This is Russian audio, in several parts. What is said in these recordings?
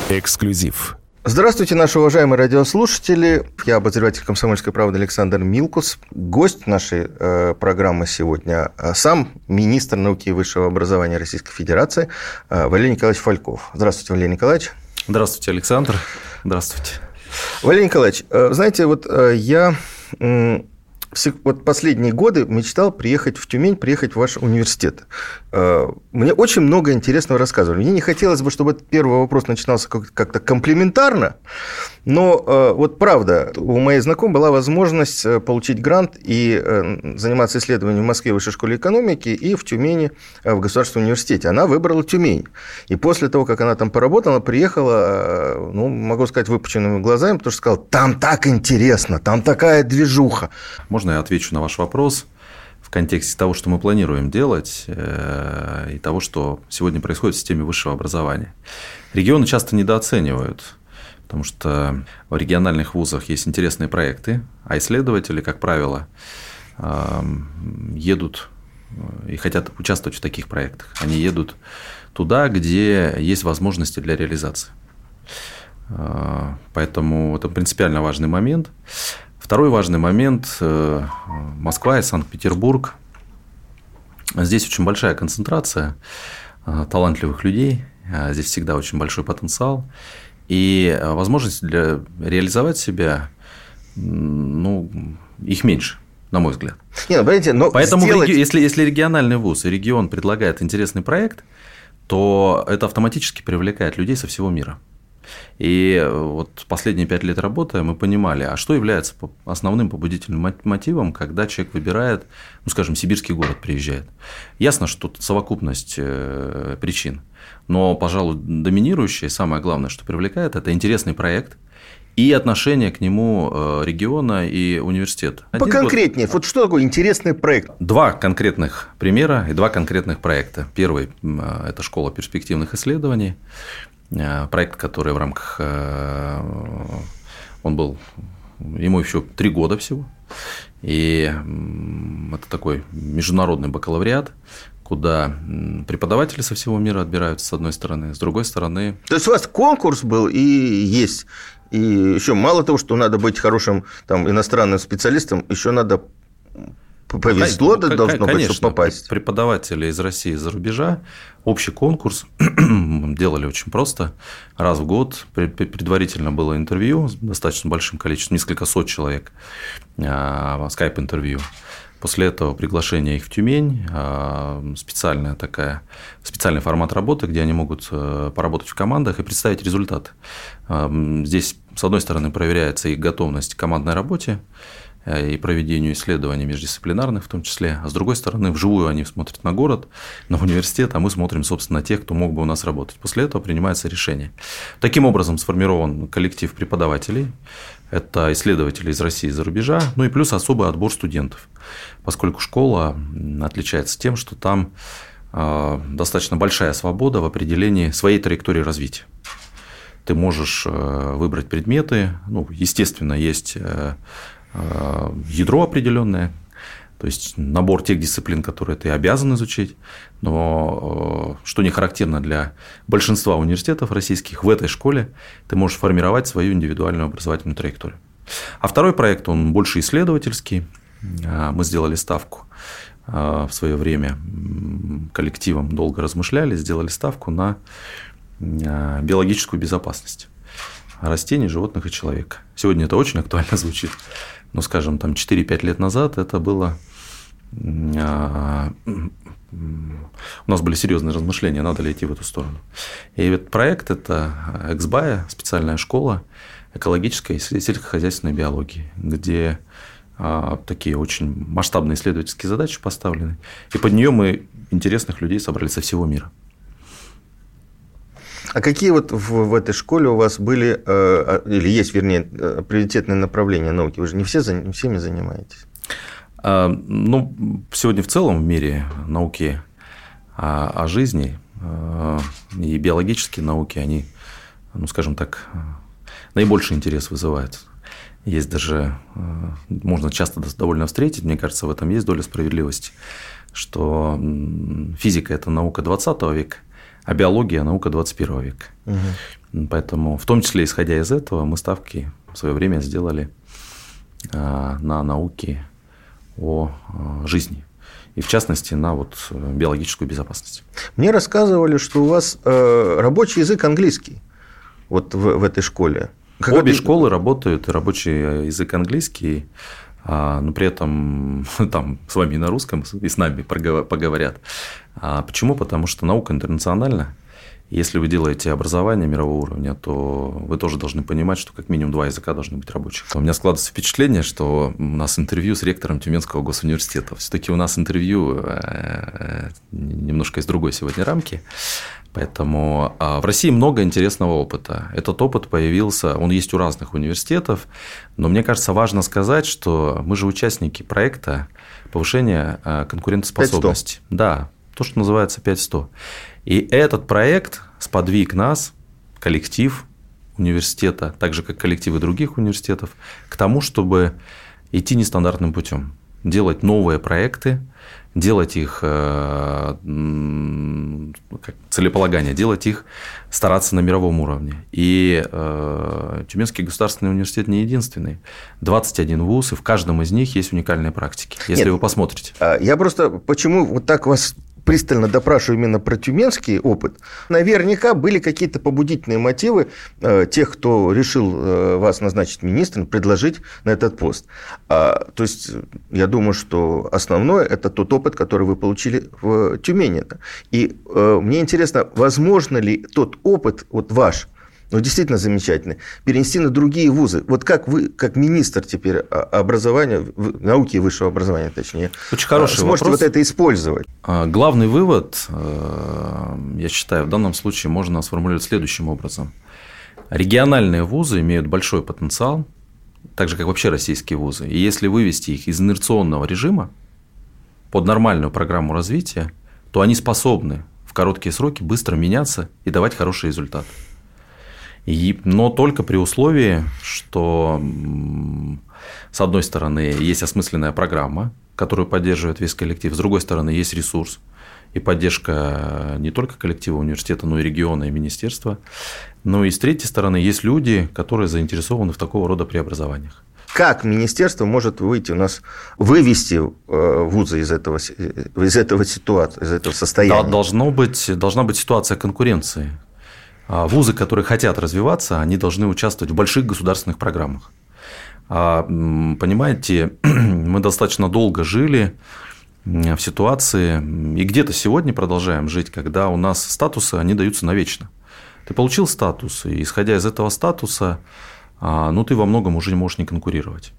Эксклюзив. Здравствуйте, наши уважаемые радиослушатели. Я обозреватель «Комсомольской правды» Александр Милкус. Гость нашей программы сегодня сам министр науки и высшего образования Российской Федерации Валерий Николаевич Фальков. Здравствуйте, Валерий Николаевич. Здравствуйте, Александр. Здравствуйте. Валерий Николаевич, знаете, я последние годы мечтал приехать в Тюмень, приехать в ваш университет. Мне очень много интересного рассказывали. Мне не хотелось бы, чтобы этот первый вопрос начинался как-то комплиментарно, но правда, у моей знакомой была возможность получить грант и заниматься исследованием в Москве в Высшей школе экономики и в Тюмени в Государственном университете. Она выбрала Тюмень. И после того, как она там поработала, приехала, могу сказать, выпученными глазами, потому что сказала, там так интересно, там такая движуха. Можно я отвечу на ваш вопрос в контексте того, что мы планируем делать, и того, что сегодня происходит в системе высшего образования. Регионы часто недооценивают, потому что в региональных вузах есть интересные проекты, а исследователи, как правило, едут и хотят участвовать в таких проектах. Они едут туда, где есть возможности для реализации. Поэтому это принципиально важный момент. Второй важный момент – Москва и Санкт-Петербург. Здесь очень большая концентрация талантливых людей, здесь всегда очень большой потенциал. И возможность для реализовать себя, их меньше, на мой взгляд. Поэтому если региональный вуз и регион предлагает интересный проект, то это автоматически привлекает людей со всего мира. И вот последние 5 лет работы мы понимали, а что является основным побудительным мотивом, когда человек выбирает, сибирский город приезжает. Ясно, что тут совокупность причин, но, пожалуй, доминирующее, самое главное, что привлекает, это интересный проект и отношение к нему региона и университета. Поконкретнее, что такое интересный проект? 2 конкретных примера и 2 конкретных проекта. Первый – это школа перспективных исследований. Проект, который в рамках... Ему еще 3 года всего. И это такой международный бакалавриат, куда преподаватели со всего мира отбираются, с одной стороны, с другой стороны... То есть у вас конкурс был и есть. И еще мало того, что надо быть хорошим иностранным специалистом, еще надо... Повезло должно быть, чтобы попасть. Преподаватели из России и из-за рубежа. Общий конкурс делали очень просто. Раз в год предварительно было интервью с достаточно большим количеством, несколько сот человек, скайп-интервью. После этого приглашение их в Тюмень, специальный формат работы, где они могут поработать в командах и представить результаты. Здесь, с одной стороны, проверяется их готовность к командной работе и проведению исследований междисциплинарных в том числе, а с другой стороны, вживую они смотрят на город, на университет, а мы смотрим, собственно, на тех, кто мог бы у нас работать. После этого принимается решение. Таким образом сформирован коллектив преподавателей, это исследователи из России и из-за рубежа, и плюс особый отбор студентов, поскольку школа отличается тем, что там достаточно большая свобода в определении своей траектории развития. Ты можешь выбрать предметы, естественно, есть ядро определенное, то есть набор тех дисциплин, которые ты обязан изучить, но что не характерно для большинства университетов российских, в этой школе ты можешь формировать свою индивидуальную образовательную траекторию. А второй проект, он больше исследовательский. Мы сделали ставку в свое время, коллективом долго размышляли, сделали ставку на биологическую безопасность растений, животных и человека. Сегодня это очень актуально звучит. Но, 4-5 лет назад это было... У нас были серьезные размышления, надо ли идти в эту сторону. И этот проект – это Эксбайо, специальная школа экологической и сельскохозяйственной биологии, где такие очень масштабные исследовательские задачи поставлены. И под нее мы интересных людей собрали со всего мира. А какие в этой школе у вас были, или есть, приоритетные направления науки? Вы же не всеми занимаетесь? Сегодня в целом в мире науки о жизни и биологические науки, они, наибольший интерес вызывают. Есть даже, можно часто довольно встретить, мне кажется, в этом есть доля справедливости, что физика – это наука 20 века, а биология – наука 21 века. Поэтому, в том числе, исходя из этого, мы ставки в свое время сделали на науки о жизни. И, в частности, на биологическую безопасность. Мне рассказывали, что у вас рабочий язык английский в этой школе. Обе школы работают, и рабочий язык английский, но при этом там с вами на русском и с нами поговорят. Почему? Потому что наука интернациональна. Если вы делаете образование мирового уровня, то вы тоже должны понимать, что как минимум 2 языка должны быть рабочих. У меня складывается впечатление, что у нас интервью с ректором Тюменского госуниверситета. Все-таки у нас интервью немножко из другой сегодня рамки. Поэтому в России много интересного опыта. Этот опыт появился, он есть у разных университетов, но мне кажется, важно сказать, что мы же участники проекта повышения конкурентоспособности. 500. Да, то, что называется 5-100. И этот проект сподвиг нас, коллектив университета, так же как коллективы других университетов, к тому, чтобы идти нестандартным путем, делать новые проекты, делать их целеполагание, делать их, стараться на мировом уровне. И Тюменский государственный университет не единственный. 21 вуз, и в каждом из них есть уникальные практики, если вы посмотрите. Я просто почему вот так вас пристально допрашиваю именно про тюменский опыт. Наверняка были какие-то побудительные мотивы тех, кто решил вас назначить министром, предложить на этот пост. То есть, я думаю, что основное – это тот опыт, который вы получили в Тюмени. И мне интересно, возможно ли тот опыт, ваш, действительно замечательный, перенести на другие вузы? Как вы, как министр теперь образования, науки и высшего образования, точнее, очень хороший сможете вопрос. это использовать? Главный вывод, я считаю, в данном случае можно сформулировать следующим образом. Региональные вузы имеют большой потенциал, так же, как вообще российские вузы. И если вывести их из инерционного режима под нормальную программу развития, то они способны в короткие сроки быстро меняться и давать хороший результат. Но только при условии, что, с одной стороны, есть осмысленная программа, которую поддерживает весь коллектив, с другой стороны, есть ресурс и поддержка не только коллектива университета, но и региона и министерства. Но и с третьей стороны, есть люди, которые заинтересованы в такого рода преобразованиях. Как министерство может вывести вузы из этого ситуации, из этого состояния? Должна быть ситуация конкуренции. Вузы, которые хотят развиваться, они должны участвовать в больших государственных программах. Понимаете, мы достаточно долго жили в ситуации, и где-то сегодня продолжаем жить, когда у нас статусы, они даются навечно. Ты получил статус, и исходя из этого статуса, ты во многом уже не можешь не конкурировать.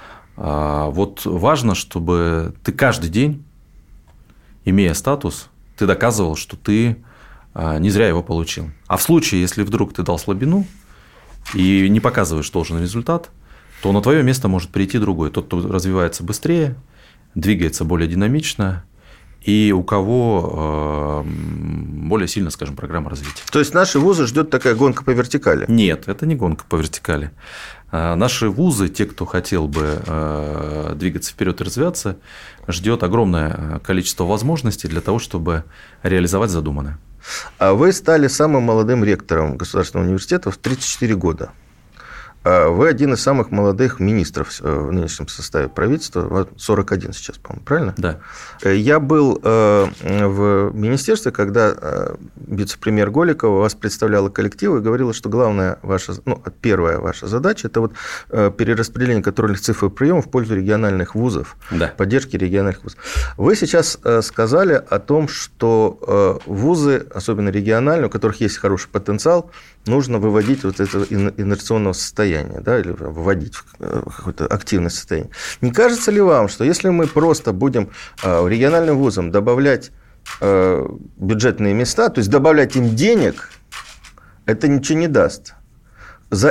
Важно, чтобы ты каждый день, имея статус, ты доказывал, что ты не зря его получил. А в случае, если вдруг ты дал слабину и не показываешь должный результат, то на твое место может прийти другой. Тот, кто развивается быстрее, двигается более динамично, и у кого более сильно, скажем, программа развития. То есть, наши вузы ждет такая гонка по вертикали? Нет, это не гонка по вертикали. Наши вузы, те, кто хотел бы двигаться вперед и развиваться, ждет огромное количество возможностей для того, чтобы реализовать задуманное. А вы стали самым молодым ректором государственного университета в 34 года. Вы один из самых молодых министров в нынешнем составе правительства, 41 сейчас, по-моему, правильно? Да. Я был в министерстве, когда вице-премьер Голикова вас представляла коллективу и говорила, что главная первая ваша задача – это перераспределение контрольных цифр и приемов в пользу региональных вузов, да. Поддержки региональных вузов. Вы сейчас сказали о том, что вузы, особенно региональные, у которых есть хороший потенциал, нужно выводить из этого инерционного состояния, да, или вводить в какое-то активное состояние. Не кажется ли вам, что если мы просто будем региональным вузам добавлять бюджетные места, то есть добавлять им денег, это ничего не даст? За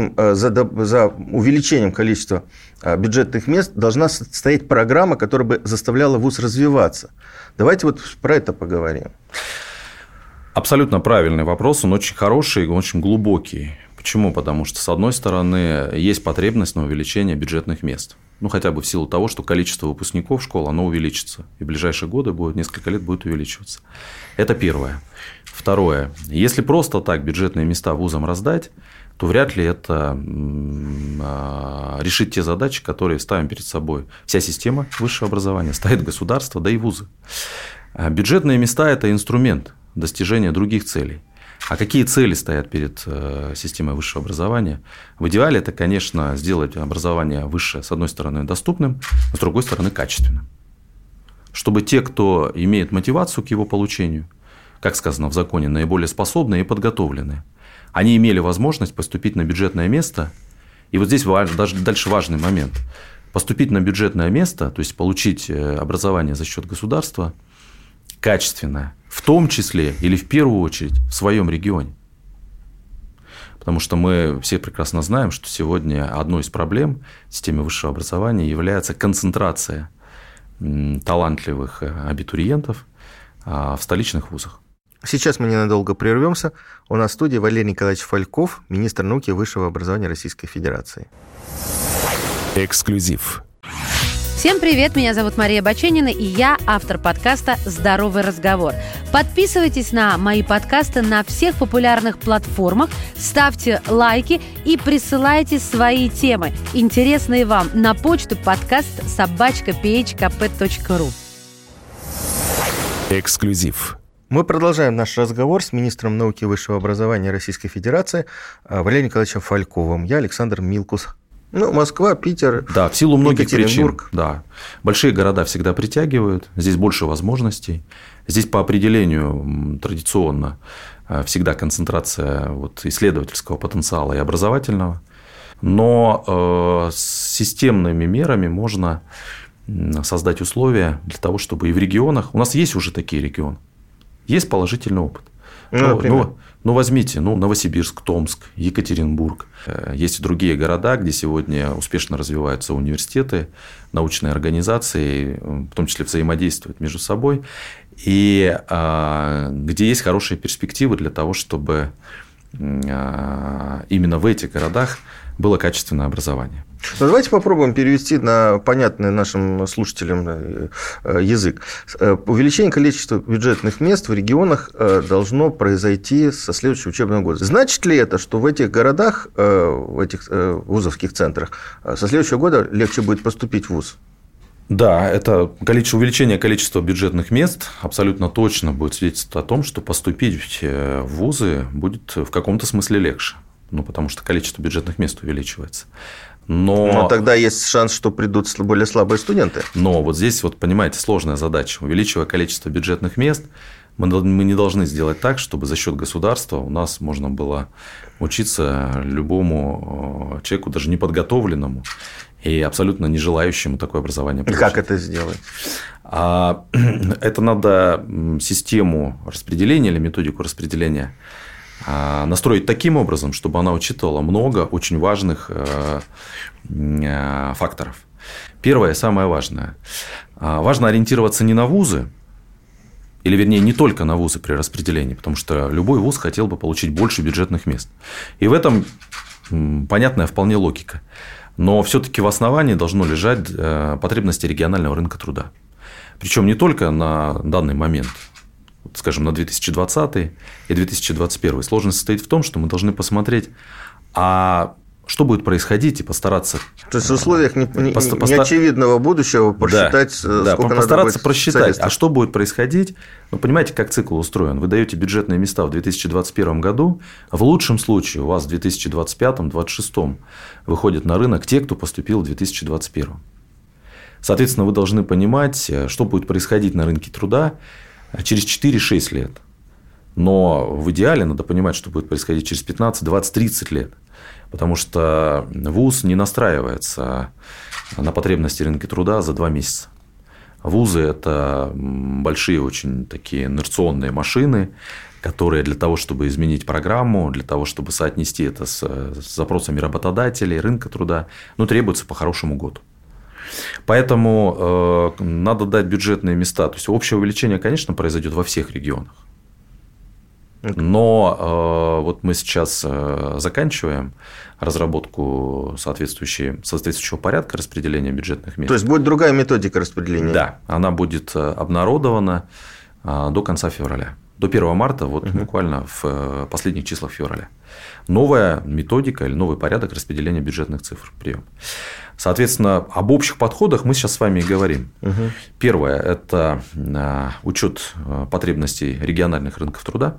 увеличением количества бюджетных мест должна стоять программа, которая бы заставляла вуз развиваться. Давайте про это поговорим. Абсолютно правильный вопрос, он очень хороший и очень глубокий. Почему? Потому что, с одной стороны, есть потребность на увеличение бюджетных мест. Хотя бы в силу того, что количество выпускников школ, оно увеличится. И в ближайшие годы, несколько лет будет увеличиваться. Это первое. Второе. Если просто так бюджетные места вузам раздать, то вряд ли это решит те задачи, которые ставим перед собой вся система высшего образования, ставит государство, да и вузы. Бюджетные места – это инструмент достижения других целей. А какие цели стоят перед системой высшего образования? В идеале это, конечно, сделать образование высшее, с одной стороны, доступным, а с другой стороны, качественным. Чтобы те, кто имеет мотивацию к его получению, как сказано в законе, наиболее способные и подготовленные, они имели возможность поступить на бюджетное место. И вот здесь даже дальше важный момент. Поступить на бюджетное место, то есть получить образование за счет государства, качественное, в том числе или в первую очередь в своем регионе. Потому что мы все прекрасно знаем, что сегодня одной из проблем в системе высшего образования является концентрация талантливых абитуриентов в столичных вузах. Сейчас мы ненадолго прервемся. У нас в студии Валерий Николаевич Фальков, министр науки и высшего образования Российской Федерации. Эксклюзив. Всем привет, меня зовут Мария Баченина, и я автор подкаста «Здоровый разговор». Подписывайтесь на мои подкасты на всех популярных платформах, ставьте лайки и присылайте свои темы, интересные вам, на почту podcast@phkp.ru. Эксклюзив. Мы продолжаем наш разговор с министром науки и высшего образования Российской Федерации Валерием Николаевичем Фальковым. Я Александр Милкус. Москва, Питер, да, в силу многих причин. Екатеринбург. Да. Большие города всегда притягивают, здесь больше возможностей. Здесь по определению традиционно всегда концентрация исследовательского потенциала и образовательного. Но с системными мерами можно создать условия для того, чтобы и в регионах... У нас есть уже такие регионы. Есть положительный опыт. Возьмите Новосибирск, Томск, Екатеринбург. Есть и другие города, где сегодня успешно развиваются университеты, научные организации, в том числе взаимодействуют между собой, и где есть хорошие перспективы для того, чтобы именно в этих городах было качественное образование. Давайте попробуем перевести на понятный нашим слушателям язык. Увеличение количества бюджетных мест в регионах должно произойти со следующего учебного года. Значит ли это, что в этих городах, в этих вузовских центрах со следующего года легче будет поступить в вуз? Да, это увеличение количества бюджетных мест абсолютно точно будет свидетельствовать о том, что поступить в вузы будет в каком-то смысле легче. Потому что количество бюджетных мест увеличивается. Но тогда есть шанс, что придут более слабые студенты. Но вот здесь, понимаете, сложная задача. Увеличивая количество бюджетных мест, мы не должны сделать так, чтобы за счет государства у нас можно было учиться любому человеку, даже неподготовленному и абсолютно не желающему такое образование получить. Как это сделать? Это надо систему распределения или методику распределения настроить таким образом, чтобы она учитывала много очень важных факторов. Первое, самое важное. Важно ориентироваться не на вузы, или, вернее, не только на вузы при распределении, потому что любой вуз хотел бы получить больше бюджетных мест. И в этом понятная вполне логика. Но все-таки в основании должно лежать потребности регионального рынка труда. Причем не только на данный момент, скажем, на 2020 и 2021. Сложность состоит в том, что мы должны посмотреть, что будет происходить, и постараться... То есть в условиях неочевидного будущего посчитать, сколько постараться надо будет просчитать, специалистов. А что будет происходить? Вы понимаете, как цикл устроен? Вы даете бюджетные места в 2021 году, в лучшем случае у вас в 2025-2026 выходят на рынок те, кто поступил в 2021. Соответственно, вы должны понимать, что будет происходить на рынке труда через 4-6 лет. Но в идеале надо понимать, что будет происходить через 15, 20, 30 лет. Потому что вуз не настраивается на потребности рынка труда за 2 месяца. Вузы – это большие очень такие инерционные машины, которые для того, чтобы изменить программу, для того, чтобы соотнести это с запросами работодателей, рынка труда, требуется по-хорошему год. Поэтому надо дать бюджетные места. То есть общее увеличение, конечно, произойдет во всех регионах. Но мы сейчас заканчиваем разработку соответствующего порядка распределения бюджетных мест. То есть будет другая методика распределения? Да, она будет обнародована до конца февраля. До 1 марта, вот буквально в последних числах февраля. Новая методика или новый порядок распределения бюджетных цифр, прием. Соответственно, об общих подходах мы сейчас с вами и говорим. Первое – это учет потребностей региональных рынков труда.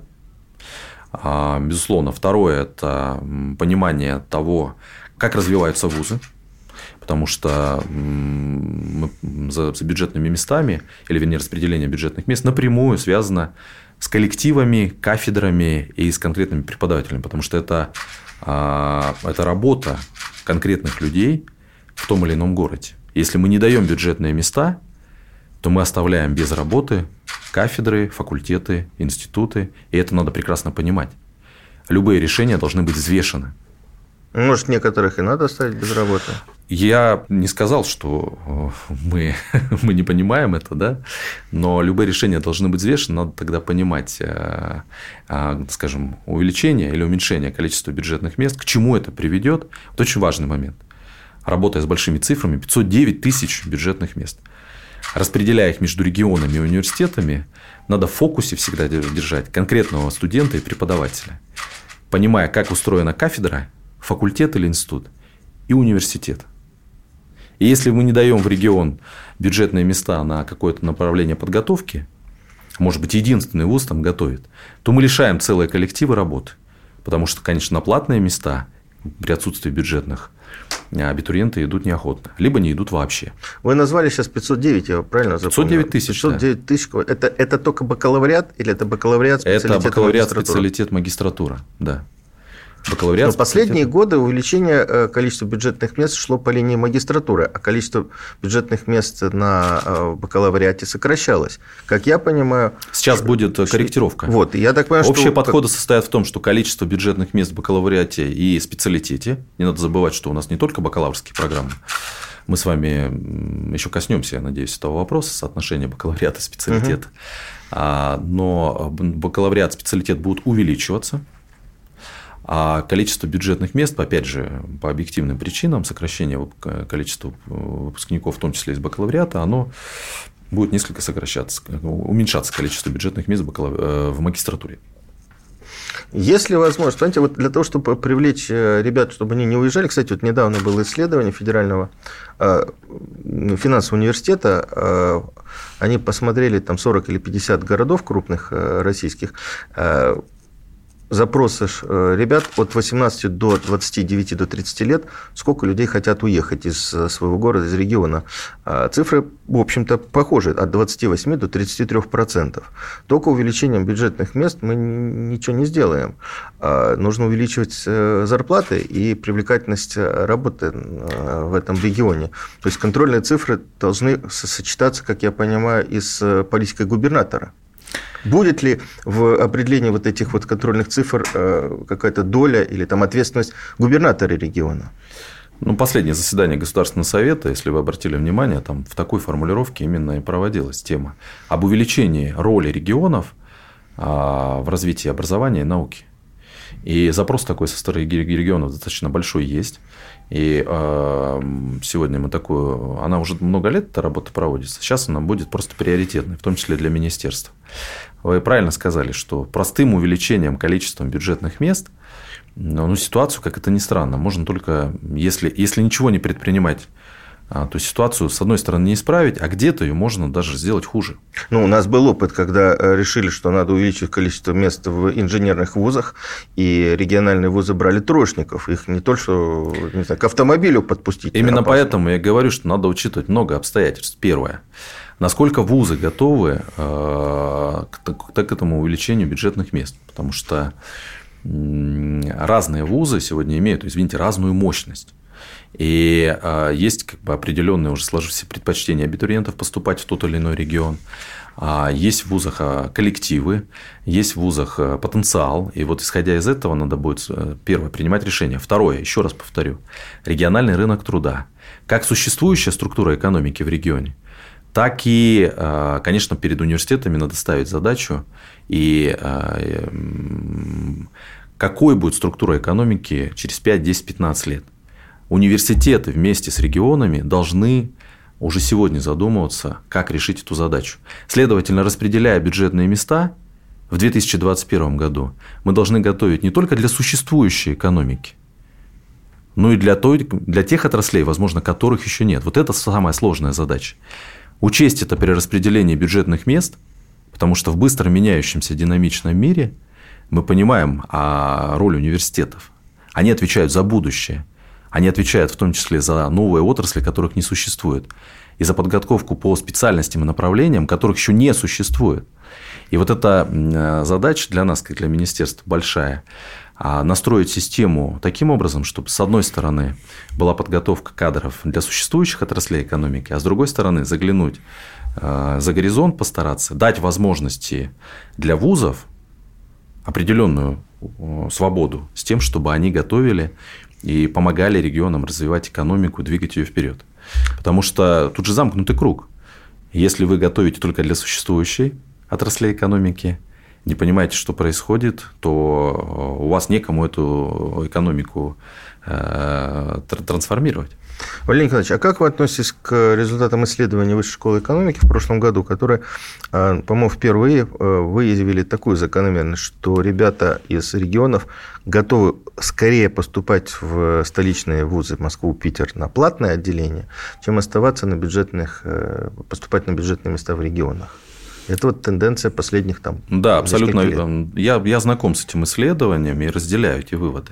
Безусловно. Второе – это понимание того, как развиваются вузы. Потому что за бюджетными местами, или, вернее, распределение бюджетных мест напрямую связано с коллективами, кафедрами и с конкретными преподавателями. Потому что это работа конкретных людей в том или ином городе. Если мы не даем бюджетные места, то мы оставляем без работы кафедры, факультеты, институты. И это надо прекрасно понимать. Любые решения должны быть взвешены. Может, некоторых и надо оставить без работы? Я не сказал, что мы не понимаем это, да? Но любые решения должны быть взвешены. Надо тогда понимать, скажем, увеличение или уменьшение количества бюджетных мест, к чему это приведет. Это очень важный момент. Работая с большими цифрами, 509 тысяч бюджетных мест. Распределяя их между регионами и университетами, надо в фокусе всегда держать конкретного студента и преподавателя. Понимая, как устроена кафедра, факультет или институт и университет. И если мы не даем в регион бюджетные места на какое-то направление подготовки, может быть, единственный вуз там готовит, то мы лишаем целые коллективы работы. Потому что, конечно, на платные места при отсутствии бюджетных абитуриенты идут неохотно, либо не идут вообще. Вы назвали сейчас 509, я правильно запомнил? 509 тысяч. 509 тысяч. Это только бакалавриат или это бакалавриат, специалитет, это бакалавриат, магистратура? Специалитет, магистратура, да. Бакалавриат, но последние годы увеличение количества бюджетных мест шло по линии магистратуры, а количество бюджетных мест на бакалавриате сокращалось. Как я понимаю... Сейчас будет корректировка. Вот, я так понимаю, общие подходы состоят в том, что количество бюджетных мест в бакалавриате и специалитете, не надо забывать, что у нас не только бакалаврские программы, мы с вами еще коснемся, я надеюсь, этого вопроса, соотношения бакалавриата и специалитета, но бакалавриат, специалитет будут увеличиваться. А количество бюджетных мест, опять же, по объективным причинам, сокращение количества выпускников, в том числе из бакалавриата, оно будет несколько сокращаться, уменьшаться количество бюджетных мест в магистратуре. Если возможно, понимаете, вот для того, чтобы привлечь ребят, чтобы они не уезжали, кстати, вот недавно было исследование Федерального финансового университета, они посмотрели там 40 или 50 городов крупных российских, запросы ребят от 18 до 29 до 30 лет, сколько людей хотят уехать из своего города, из региона. Цифры, в общем-то, похожи, от 28 до 33%. Только увеличением бюджетных мест мы ничего не сделаем. Нужно увеличивать зарплаты и привлекательность работы в этом регионе. То есть контрольные цифры должны сочетаться, как я понимаю, и с политикой губернатора. Будет ли в определении вот этих вот контрольных цифр какая-то доля или там ответственность губернатора региона? Ну, последнее заседание Государственного совета, если вы обратили внимание, там в такой формулировке именно и проводилась тема об увеличении роли регионов в развитии образования и науки. И запрос такой со стороны регионов достаточно большой есть. И сегодня мы такую... Она уже много лет, эта работа проводится. Сейчас она будет просто приоритетной, в том числе для министерства. Вы правильно сказали, что простым увеличением количеством бюджетных мест, ситуацию, как это ни странно, можно только, если ничего не предпринимать, то ситуацию, с одной стороны, не исправить, а где-то ее можно даже сделать хуже. У нас был опыт, когда решили, что надо увеличить количество мест в инженерных вузах, и региональные вузы брали троечников. Их не только что, не знаю, к автомобилю подпустить. Именно поэтому я говорю, что надо учитывать много обстоятельств. Первое. Насколько вузы готовы к этому увеличению бюджетных мест. Потому что разные вузы сегодня имеют, извините, разную мощность. И есть определенные уже сложившиеся предпочтения абитуриентов поступать в тот или иной регион. Есть в вузах коллективы, есть в вузах потенциал. И вот исходя из этого надо будет, первое, принимать решение. Второе, еще раз повторю, региональный рынок труда. Как существующая структура экономики в регионе, так и, конечно, перед университетами надо ставить задачу, и какой будет структура экономики через 5, 10, 15 лет. Университеты вместе с регионами должны уже сегодня задумываться, как решить эту задачу. Следовательно, распределяя бюджетные места, в 2021 году мы должны готовить не только для существующей экономики, но и для тех отраслей, возможно, которых еще нет. Вот это самая сложная задача. Учесть это при распределении бюджетных мест, потому что в быстро меняющемся динамичном мире мы понимаем роль университетов. Они отвечают за будущее. Они отвечают в том числе за новые отрасли, которых не существует. И за подготовку по специальностям и направлениям, которых еще не существует. И вот эта задача для нас, как для министерства, большая. Настроить систему таким образом, чтобы, с одной стороны, была подготовка кадров для существующих отраслей экономики, а с другой стороны, заглянуть за горизонт, постараться, дать возможности для вузов определенную свободу с тем, чтобы они готовили и помогали регионам развивать экономику, двигать ее вперед. Потому что тут же замкнутый круг. Если вы готовите только для существующей отраслей экономики, не понимаете, что происходит, то у вас некому эту экономику трансформировать. Валерий Николаевич, а как вы относитесь к результатам исследования Высшей школы экономики в прошлом году, которые, по-моему, впервые выявили такую закономерность, что ребята из регионов готовы скорее поступать в столичные вузы, Москву, Питер, на платное отделение, чем оставаться поступать на бюджетные места в регионах? Это вот тенденция последних там. Да, абсолютно. Я знаком с этим исследованием и разделяю эти выводы.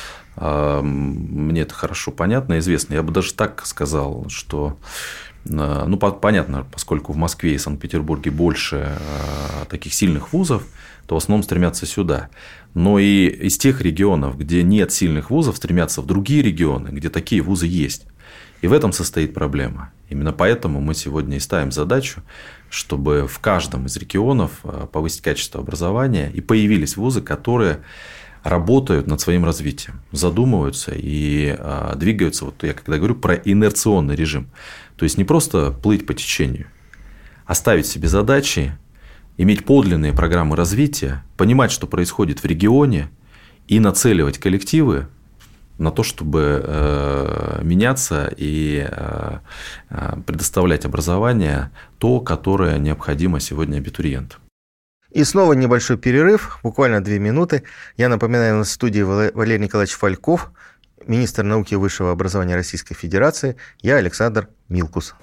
Мне это хорошо понятно, известно. Я бы даже так сказал, что, понятно, поскольку в Москве и Санкт-Петербурге больше таких сильных вузов, то в основном стремятся сюда. Но и из тех регионов, где нет сильных вузов, стремятся в другие регионы, где такие вузы есть. И в этом состоит проблема. Именно поэтому мы сегодня и ставим задачу, чтобы в каждом из регионов повысить качество образования, и появились вузы, которые работают над своим развитием, задумываются и двигаются, вот я когда говорю про инерционный режим, то есть не просто плыть по течению, а ставить себе задачи, иметь подлинные программы развития, понимать, что происходит в регионе, и нацеливать коллективы на то, чтобы меняться и предоставлять образование то, которое необходимо сегодня абитуриентам. И снова небольшой перерыв, буквально 2 минуты. Я напоминаю, на студии Валерий Николаевич Фальков, министр науки и высшего образования Российской Федерации, я Александр Милкус.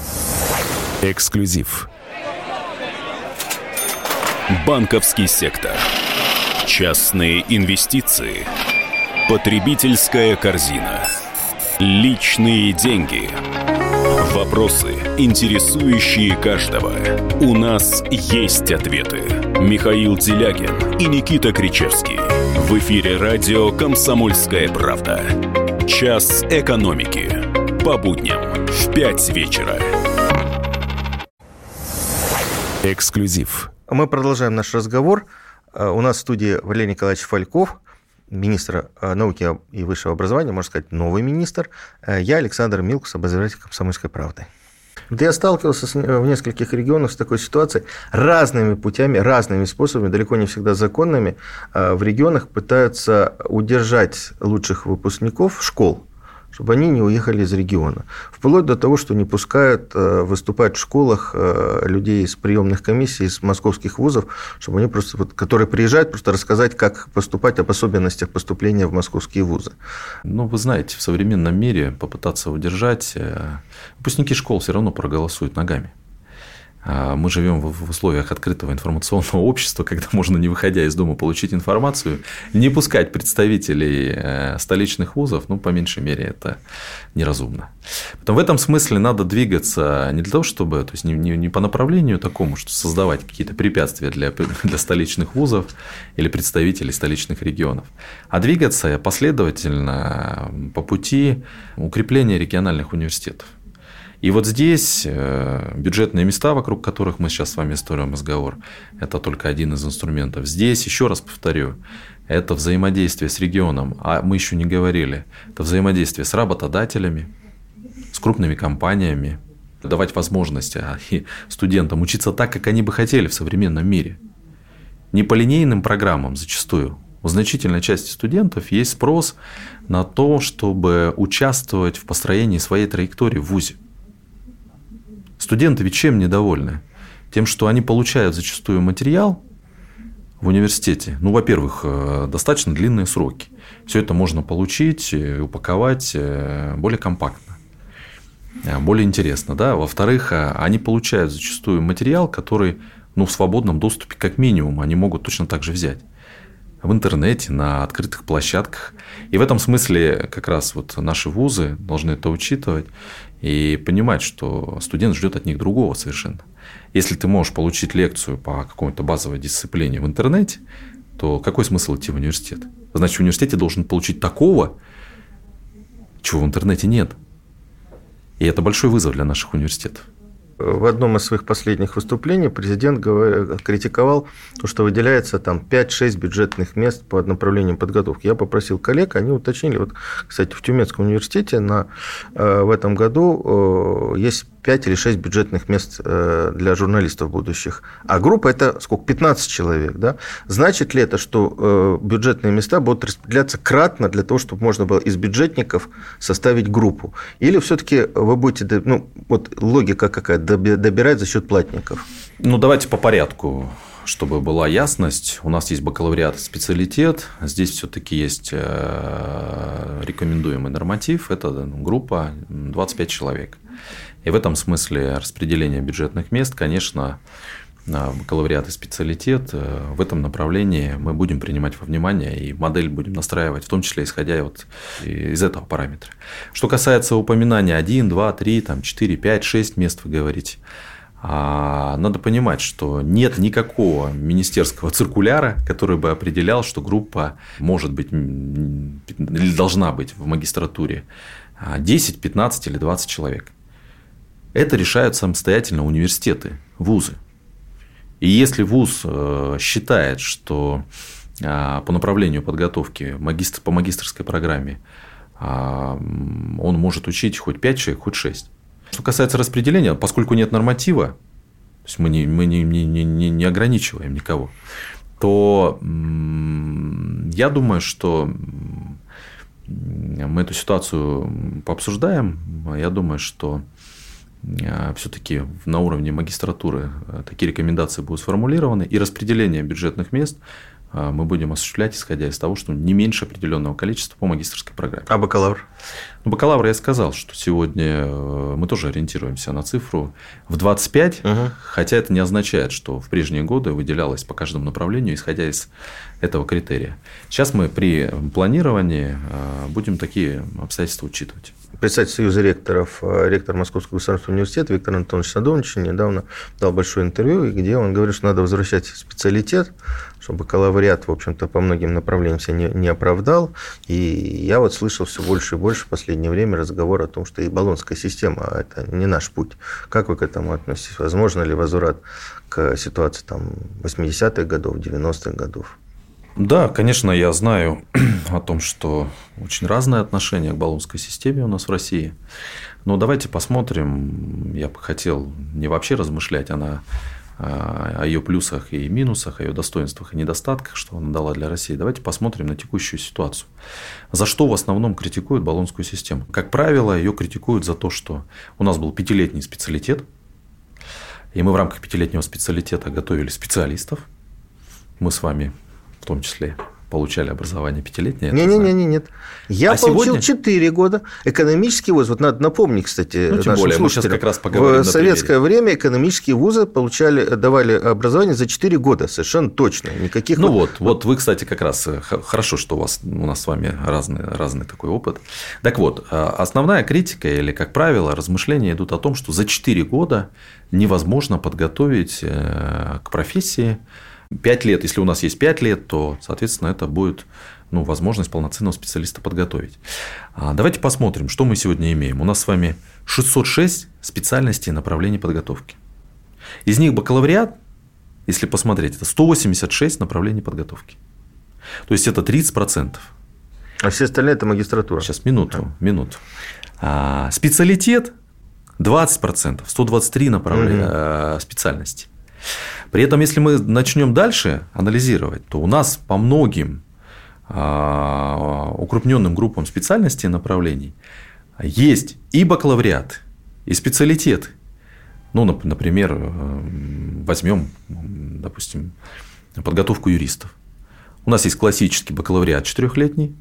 Эксклюзив. Банковский сектор. Частные инвестиции. Потребительская корзина. Личные деньги. Вопросы, интересующие каждого. У нас есть ответы. Михаил Делягин и Никита Кричевский. В эфире радио «Комсомольская правда». Час экономики. По будням в 5 вечера. Эксклюзив. Мы продолжаем наш разговор. У нас в студии Валерий Николаевич Фальков, министр науки и высшего образования, можно сказать, новый министр. Я Александр Милкус, обозреватель «Комсомольской правды». Я сталкивался в нескольких регионах с такой ситуацией. Разными путями, разными способами, далеко не всегда законными, в регионах пытаются удержать лучших выпускников школ, чтобы они не уехали из региона. Вплоть до того, что не пускают выступать в школах людей из приемных комиссий, из московских вузов, чтобы они просто, которые приезжают, просто рассказать, как поступать, об особенностях поступления в московские вузы. Вы знаете, в современном мире попытаться удержать, выпускники школ все равно проголосуют ногами. Мы живем в условиях открытого информационного общества, когда можно, не выходя из дома, получить информацию, не пускать представителей столичных вузов, по меньшей мере, это неразумно. Поэтому в этом смысле надо двигаться не для того, чтобы, то есть не по направлению такому, что создавать какие-то препятствия для столичных вузов или представителей столичных регионов, а двигаться последовательно по пути укрепления региональных университетов. И вот здесь бюджетные места, вокруг которых мы сейчас с вами строим разговор, это только один из инструментов. Здесь, еще раз повторю, это взаимодействие с регионом, а мы еще не говорили, это взаимодействие с работодателями, с крупными компаниями, давать возможность студентам учиться так, как они бы хотели в современном мире. Не по линейным программам зачастую. У значительной части студентов есть спрос на то, чтобы участвовать в построении своей траектории в вузе. Студенты ведь чем недовольны? Тем, что они получают зачастую материал, в университете? Ну, во-первых, достаточно длинные сроки. Все это можно получить и упаковать более компактно, более интересно. Да? Во-вторых, они получают зачастую материал, который в свободном доступе как минимум они могут точно так же взять. В интернете, на открытых площадках. И в этом смысле как раз наши вузы должны это учитывать и понимать, что студент ждет от них другого совершенно. Если ты можешь получить лекцию по какой-то базовой дисциплине в интернете, то какой смысл идти в университет? Значит, в университете должен получить такого, чего в интернете нет. И это большой вызов для наших университетов. В одном из своих последних выступлений президент критиковал то, что выделяется 5-6 бюджетных мест по направлениям подготовки. Я попросил коллег, они уточнили. Кстати, в Тюменском университете в этом году есть 5 или 6 бюджетных мест для журналистов будущих. А группа – это 15 человек. Да? Значит ли это, что бюджетные места будут распределяться кратно для того, чтобы можно было из бюджетников составить группу? Или все-таки вы будете, логика какая, добирать за счет платников? Давайте по порядку, чтобы была ясность. У нас есть бакалавриат и специалитет. Здесь все-таки есть рекомендуемый норматив. Это группа 25 человек. И в этом смысле распределение бюджетных мест, конечно, бакалавриат и специалитет, в этом направлении мы будем принимать во внимание и модель будем настраивать, в том числе исходя из этого параметра. Что касается упоминания 1, 2, 3, 4, 5, 6 мест, вы говорите, надо понимать, что нет никакого министерского циркуляра, который бы определял, что группа может быть или должна быть в магистратуре 10, 15 или 20 человек. Это решают самостоятельно университеты, вузы. И если вуз считает, что по направлению подготовки по магистерской программе он может учить хоть 5 человек, хоть 6. Что касается распределения, поскольку нет норматива, то есть мы не ограничиваем никого, то я думаю, что мы эту ситуацию пообсуждаем. Я думаю, что все-таки на уровне магистратуры такие рекомендации будут сформулированы, и распределение бюджетных мест мы будем осуществлять, исходя из того, что не меньше определенного количества по магистерской программе. А бакалавр? Бакалавр я сказал, что сегодня мы тоже ориентируемся на цифру в 25, хотя это не означает, что в прежние годы выделялось по каждому направлению, исходя из этого критерия. Сейчас мы при планировании будем такие обстоятельства учитывать. Председатель Союза ректоров, ректор Московского государственного университета Виктор Антонович Садовнич недавно дал большое интервью, где он говорит, что надо возвращать специалитет, чтобы бакалавриат, в общем-то, по многим направлениям себя не оправдал. И я слышал все больше и больше в последнее время разговор о том, что и болонская система – это не наш путь. Как вы к этому относитесь? Возможно ли возврат к ситуации 80-х годов, 90-х годов? Да, конечно, я знаю о том, что очень разное отношение к болонской системе у нас в России. Но давайте посмотрим. Я бы хотел не вообще размышлять о ее плюсах и минусах, о ее достоинствах и недостатках, что она дала для России. Давайте посмотрим на текущую ситуацию. За что в основном критикуют болонскую систему? Как правило, ее критикуют за то, что у нас был 5-летний специалитет, и мы в рамках 5-летнего специалитета готовили специалистов. Мы с вами в том числе получали образование 5-летнее. Нет. Я получил 4 года. Экономический вуз. Надо напомнить, кстати, тем более, мы сейчас как раз поговорим в советское время экономические вузы давали образование за 4 года. Совершенно точно. Никаких... Вот вы, кстати, как раз хорошо, что у нас с вами разный такой опыт. Так вот, основная критика или, как правило, размышления идут о том, что за 4 года невозможно подготовить к профессии 5 лет, если у нас есть 5 лет, то, соответственно, это будет возможность полноценного специалиста подготовить. Давайте посмотрим, что мы сегодня имеем. У нас с вами 606 специальностей и направлений подготовки. Из них бакалавриат, если посмотреть, это 186 направлений подготовки. То есть, это 30%. А все остальные – это магистратура. Сейчас, минуту. Специалитет – 20%, 123 направления специальностей. При этом, если мы начнем дальше анализировать, то у нас по многим укрупненным группам специальностей и направлений есть и бакалавриат, и специалитет. Например, возьмем, допустим, подготовку юристов. У нас есть классический бакалавриат 4-летний,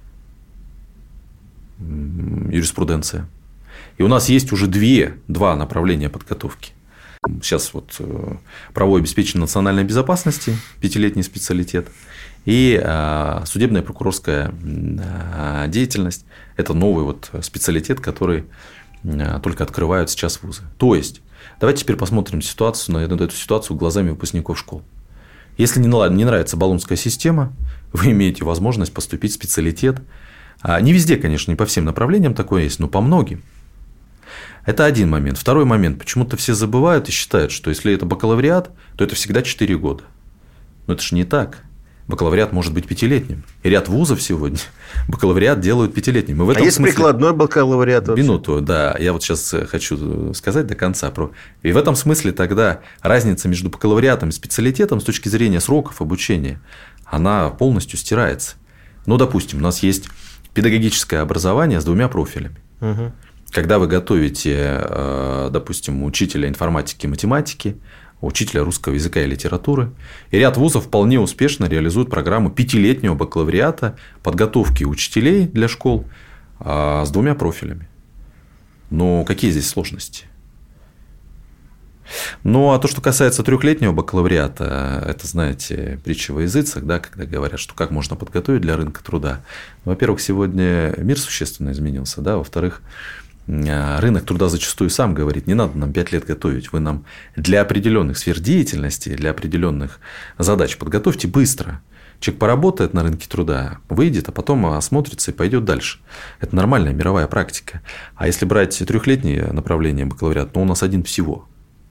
юриспруденция. И у нас есть уже два направления подготовки. Сейчас вот правовое обеспечение национальной безопасности, 5-летний специалитет, и судебная прокурорская деятельность. Это новый вот специалитет, который только открывают сейчас вузы. То есть, давайте теперь посмотрим на эту ситуацию глазами выпускников школ. Если не нравится болонская система, вы имеете возможность поступить в специалитет. Не везде, конечно, не по всем направлениям такое есть, но по многим. Это один момент. Второй момент. Почему-то все забывают и считают, что если это бакалавриат, то это всегда 4 года. Но это же не так. Бакалавриат может быть 5-летним. И ряд вузов сегодня бакалавриат делают 5-летним. И в этом есть смысле... прикладной бакалавриат вообще? Минуту, да. Я вот сейчас хочу сказать до конца. И в этом смысле тогда разница между бакалавриатом и специалитетом с точки зрения сроков обучения, она полностью стирается. Ну, допустим, у нас есть педагогическое образование с 2 профилями. Угу. Когда вы готовите, допустим, учителя информатики и математики, учителя русского языка и литературы, и ряд вузов вполне успешно реализуют программу 5-летнего бакалавриата подготовки учителей для школ с 2 профилями. Но какие здесь сложности? Ну, а то, что касается 3-летнего бакалавриата, это, знаете, притча во языцах, да, когда говорят, что как можно подготовить для рынка труда. Во-первых, сегодня мир существенно изменился, да, во-вторых, рынок труда зачастую сам говорит, не надо нам 5 лет готовить, вы нам для определенных сфер деятельности, для определенных задач подготовьте быстро. Человек поработает на рынке труда, выйдет, а потом осмотрится и пойдет дальше. Это нормальная мировая практика. А если брать 3-летнее направление бакалавриата, то у нас один всего.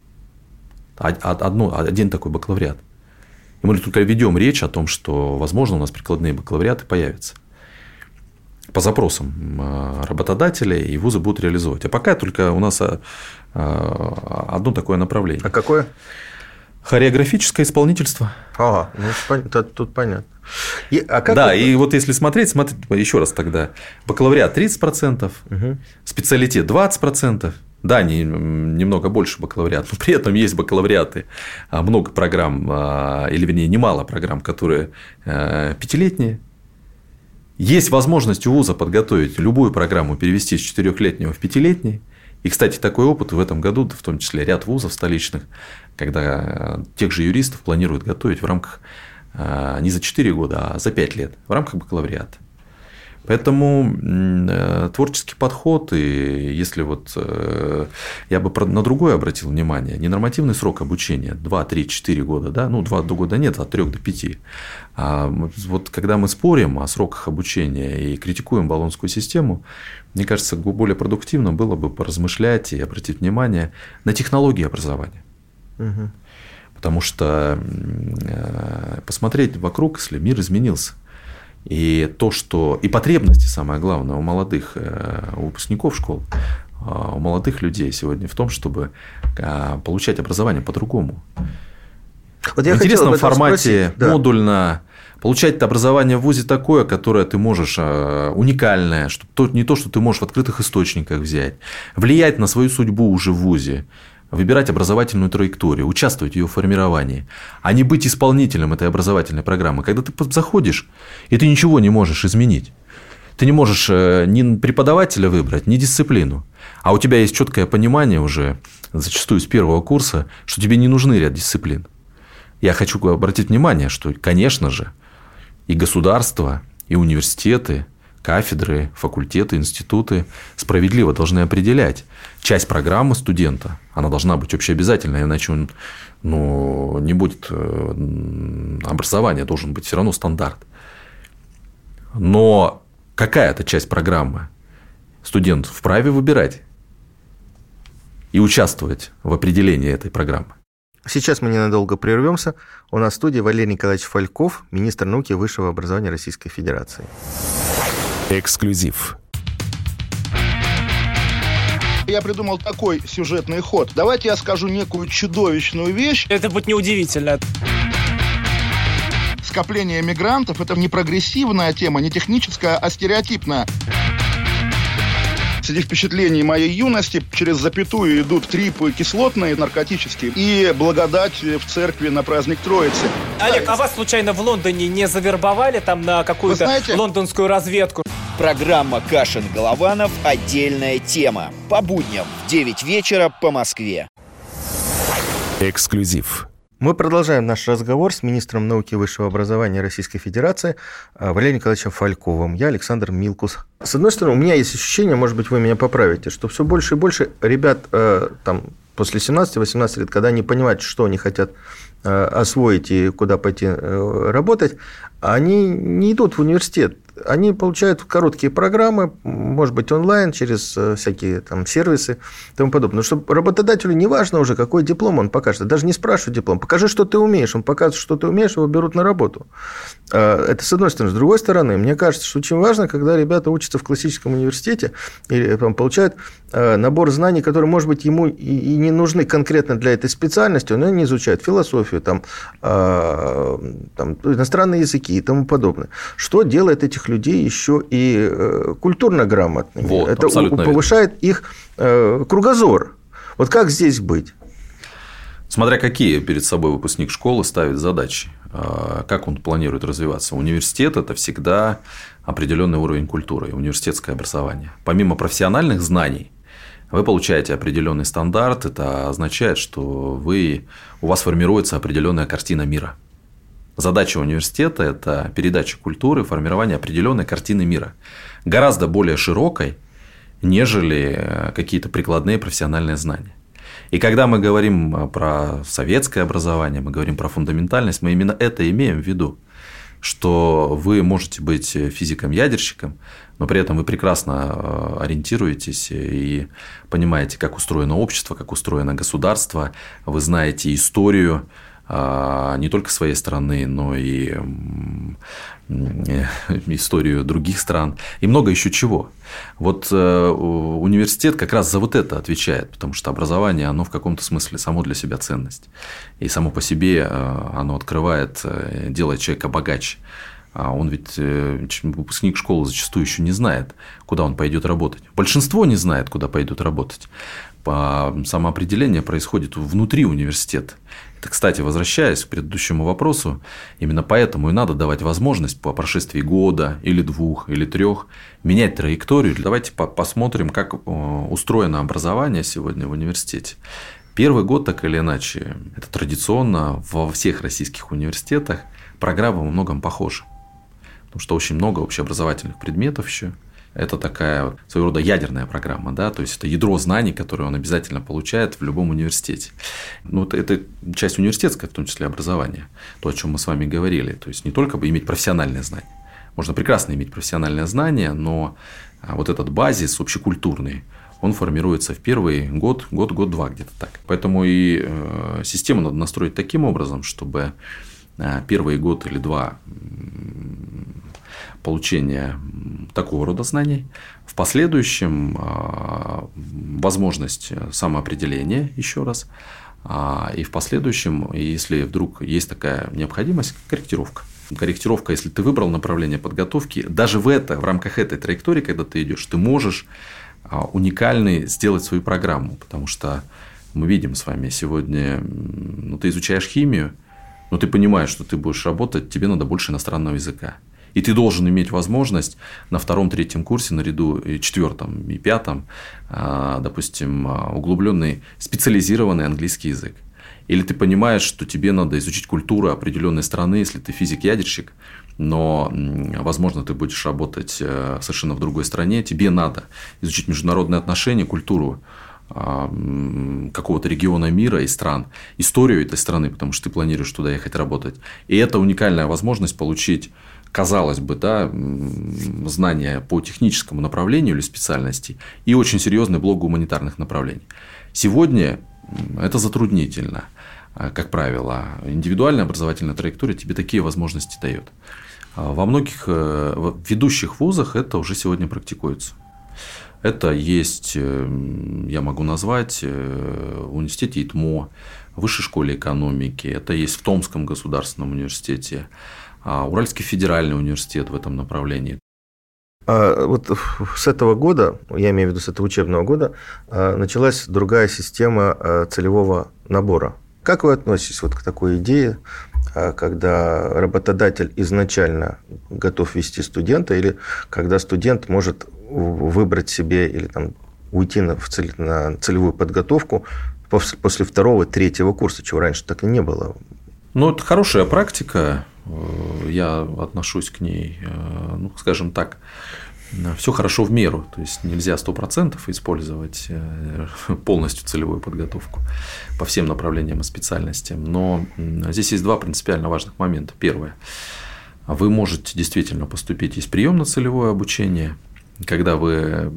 Один такой бакалавриат. И мы только ведем речь о том, что, возможно, у нас прикладные бакалавриаты появятся. По запросам работодателя, и вузы будут реализовывать. А пока только у нас одно такое направление. А какое? Хореографическое исполнительство. Ага, ну, тут понятно. И вот если смотреть еще раз тогда. Бакалавриат 30%, угу. Специалитет 20%. Да, немного больше бакалавриат, но при этом есть бакалавриаты, много программ, или вернее, немало программ, которые 5-летние. Есть возможность у вуза подготовить любую программу, перевести с 4-летнего в 5-летний. И, кстати, такой опыт в этом году, в том числе ряд вузов столичных, когда тех же юристов планируют готовить в рамках не за 4 года, а за 5 лет, в рамках бакалавриата. Поэтому творческий подход, и если вот я бы на другое обратил внимание, ненормативный срок обучения 2, 3, 4 года, да, ну 2 года нет, от 3 до 5. А вот когда мы спорим о сроках обучения и критикуем болонскую систему, мне кажется, более продуктивно было бы поразмышлять и обратить внимание на технологии образования. Угу. Потому что посмотреть вокруг, если мир изменился. И потребности, самое главное, у молодых, у выпускников школ, у молодых людей сегодня в том, чтобы получать образование по-другому. Вот в интересном формате, модульно, получать образование в вузе такое, которое ты можешь, уникальное, не то, что ты можешь в открытых источниках взять, влиять на свою судьбу уже в вузе. Выбирать образовательную траекторию, участвовать в ее формировании, а не быть исполнителем этой образовательной программы. Когда ты заходишь, и ты ничего не можешь изменить. Ты не можешь ни преподавателя выбрать, ни дисциплину. А у тебя есть четкое понимание уже, зачастую с первого курса, что тебе не нужны ряд дисциплин. Я хочу обратить внимание, что, конечно же, и государство, и университеты, кафедры, факультеты, институты справедливо должны определять часть программы студента. Она должна быть общеобязательной, иначе он не будет образования, должен быть все равно стандарт. Но какая-то часть программы студент вправе выбирать и участвовать в определении этой программы. Сейчас мы ненадолго прервемся. У нас в студии Валерий Николаевич Фальков, министр науки и высшего образования Российской Федерации. Эксклюзив. Я придумал такой сюжетный ход. Давайте я скажу некую чудовищную вещь. Это будет неудивительно. Скопление мигрантов – это не прогрессивная тема, не техническая, а стереотипная. среди впечатлений моей юности через запятую идут трипы кислотные, наркотические, и благодать в церкви на праздник Троицы. Олег, а вас случайно в Лондоне не завербовали там на какую-то лондонскую разведку? Программа «Кашин-Голованов. Отдельная тема». По будням в 9 вечера по Москве. Эксклюзив. Мы продолжаем наш разговор с министром науки и высшего образования Российской Федерации Валерием Николаевичем Фальковым. Я Александр Милкус. С одной стороны, у меня есть ощущение, может быть, вы меня поправите, что все больше и больше ребят там, после 17-18 лет, когда они понимают, что они хотят освоить и куда пойти работать, они не идут в университет. Они получают короткие программы, может быть, онлайн, через всякие там сервисы и тому подобное. Но чтобы работодателю не важно уже, какой диплом он покажет. Даже не спрашивают диплом. Покажи, что ты умеешь. Он показывает, что ты умеешь, его берут на работу. Это с одной стороны. С другой стороны, мне кажется, что очень важно, когда ребята учатся в классическом университете или получают набор знаний, которые, может быть, ему и не нужны конкретно для этой специальности, но они изучают философию, там, иностранные языки и тому подобное. Что делает этих людей еще и культурно грамотными? Вот, это повышает их кругозор. Вот как здесь быть? Смотря какие перед собой выпускник школы ставит задачи, как он планирует развиваться. Университет – это всегда определенный уровень культуры и университетское образование. Помимо профессиональных знаний, вы получаете определенный стандарт. Это означает, что у вас формируется определенная картина мира. Задача университета – это передача культуры, формирование определенной картины мира, гораздо более широкой, нежели какие-то прикладные профессиональные знания. И когда мы говорим про советское образование, мы говорим про фундаментальность, мы именно это имеем в виду, что вы можете быть физиком-ядерщиком, но при этом вы прекрасно ориентируетесь и понимаете, как устроено общество, как устроено государство, вы знаете историю не только своей страны, но и историю других стран и много еще чего. Вот университет как раз за вот это отвечает, потому что образование, оно в каком-то смысле само для себя ценность. И само по себе оно открывает, делает человека богаче. А он ведь, выпускник школы, зачастую еще не знает, куда он пойдет работать. Большинство не знает, куда пойдут работать. Самоопределение происходит внутри университета. Это, кстати, возвращаясь к предыдущему вопросу, именно поэтому и надо давать возможность по прошествии года или 2, или 3 менять траекторию. Давайте посмотрим, как устроено образование сегодня в университете. Первый год, так или иначе, это традиционно во всех российских университетах программа во многом похожа. Потому что очень много общеобразовательных предметов еще. Это такая своего рода ядерная программа, да? То есть это ядро знаний, которое он обязательно получает в любом университете. Ну, это часть университетская, в том числе образования, то, о чем мы с вами говорили. То есть не только иметь профессиональные знания. Можно прекрасно иметь профессиональные знания, но вот этот базис общекультурный, он формируется в первый год-два где-то так. Поэтому и систему надо настроить таким образом, чтобы первый год или 2 получения такого рода знаний, в последующем возможность самоопределения еще раз, и в последующем, если вдруг есть такая необходимость, корректировка. Корректировка, если ты выбрал направление подготовки, даже в рамках этой траектории, когда ты идешь, ты можешь уникальный сделать свою программу, потому что мы видим с вами сегодня, ты изучаешь химию, но ты понимаешь, что ты будешь работать, тебе надо больше иностранного языка. И ты должен иметь возможность на 2-3 курсе, наряду и 4 и 5, допустим, углубленный специализированный английский язык. Или ты понимаешь, что тебе надо изучить культуру определенной страны, если ты физик-ядерщик, но, возможно, ты будешь работать совершенно в другой стране, тебе надо изучить международные отношения, культуру какого-то региона мира и стран, историю этой страны, потому что ты планируешь туда ехать работать. И это уникальная возможность получить, казалось бы, знания по техническому направлению или специальности и очень серьезный блок гуманитарных направлений. Сегодня это затруднительно, как правило. Индивидуальная образовательная траектория тебе такие возможности дает. Во многих ведущих вузах это уже сегодня практикуется. Это есть, я могу назвать, в университете ИТМО, в Высшей школе экономики, это есть в Томском государственном университете, Уральский федеральный университет в этом направлении. Вот с этого года, я имею в виду с этого учебного года, началась другая система целевого набора. Как вы относитесь вот к такой идее, когда работодатель изначально готов вести студента, или когда студент может выбрать себе или там, уйти на целевую подготовку после 2-3 курса, чего раньше так и не было? Ну, это хорошая практика. Я отношусь к ней, ну, скажем так, все хорошо в меру. То есть нельзя 100% использовать полностью целевую подготовку по всем направлениям и специальностям. Но здесь есть 2 принципиально важных момента. Первое. Вы можете действительно поступить из приемно-целевое обучение, когда вы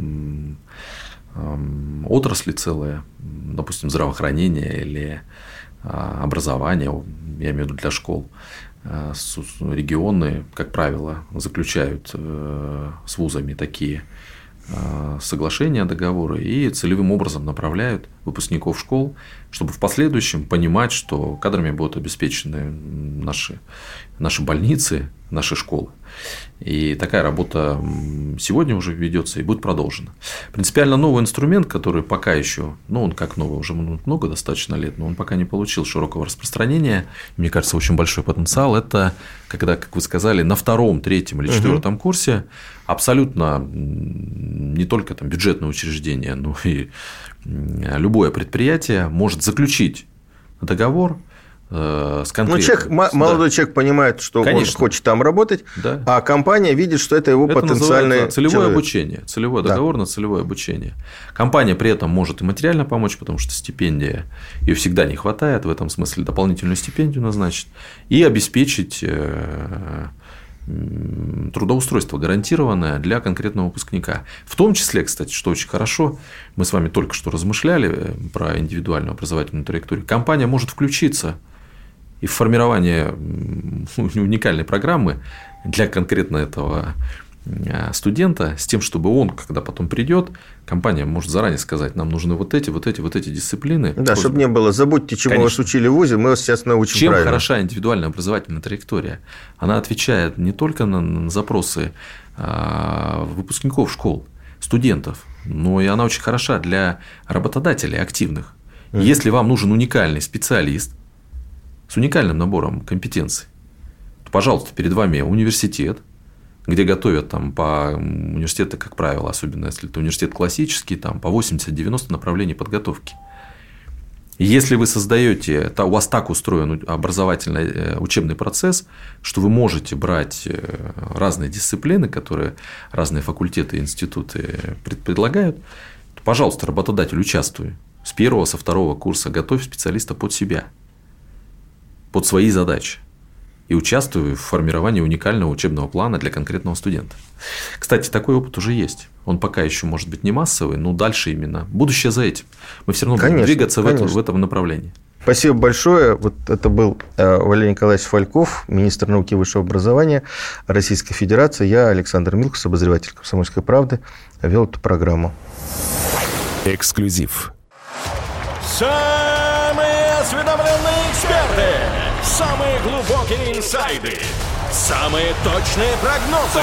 отрасли целые, допустим, здравоохранение или образование, я имею в виду для школ, регионы, как правило, заключают с вузами такие соглашения, договоры и целевым образом направляют выпускников школ, чтобы в последующем понимать, что кадрами будут обеспечены наши больницы, наши школы. И такая работа сегодня уже ведется и будет продолжена. Принципиально новый инструмент, который пока еще, ну, он как новый, уже много достаточно лет, но он пока не получил широкого распространения. Мне кажется, очень большой потенциал. Это когда, как вы сказали, на 2-м, 3-м или 4-м курсе абсолютно не только там бюджетное учреждение, но и любое предприятие может заключить договор с конкретным. Молодой человек понимает, что он хочет там работать, да. А компания видит, что это его потенциальный целевое обучение, целевой договор на целевое обучение. Компания при этом может и материально помочь, потому что стипендия ее всегда не хватает, в этом смысле дополнительную стипендию назначить, и обеспечить трудоустройство гарантированное для конкретного выпускника. В том числе, кстати, что очень хорошо, мы с вами только что размышляли про индивидуальную образовательную траекторию, компания может включиться и в формирование уникальной программы для конкретно этого студента, с тем, чтобы он, когда потом придет, компания может заранее сказать, нам нужны вот эти дисциплины. Да, чтобы не было, забудьте, чему вас учили в ВУЗе, мы вас сейчас научим Чем правильно. Хороша индивидуальная образовательная траектория? Она отвечает не только на запросы выпускников школ, студентов, но и она очень хороша для работодателей активных. Если вам нужен уникальный специалист с уникальным набором компетенций, то, пожалуйста, перед вами университет, где готовят там по университету, как правило, особенно если это университет классический, там по 80-90 направлений подготовки. И если вы создаете, у вас так устроен образовательный учебный процесс, что вы можете брать разные дисциплины, которые разные факультеты и институты предлагают, то, пожалуйста, работодатель, участвуй. С 1-го, со 2-го курса готовь специалиста под себя, под свои задачи. И участвую в формировании уникального учебного плана для конкретного студента. Кстати, такой опыт уже есть. Он пока еще может быть не массовый, но дальше именно. Будущее за этим. Мы все равно будем двигаться в этом направлении. Спасибо большое. Вот это был Валерий Николаевич Фальков, министр науки и высшего образования Российской Федерации. Я, Александр Милкус, обозреватель «Комсомольской правды», вел эту программу. Эксклюзив. Самые осведомленные эксперты, самые глубокие инсайды, самые точные прогнозы.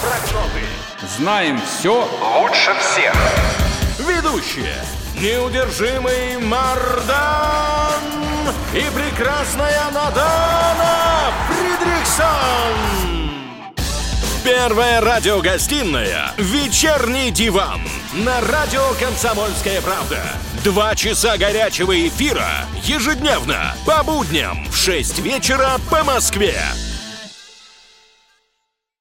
Знаем все лучше всех. Ведущие: неудержимый Мардан и прекрасная Надана Фридрихсон. Первая радиогостинная «Вечерний диван» на радио «Комсомольская правда». 2 часа горячего эфира ежедневно по будням в 6 вечера по Москве.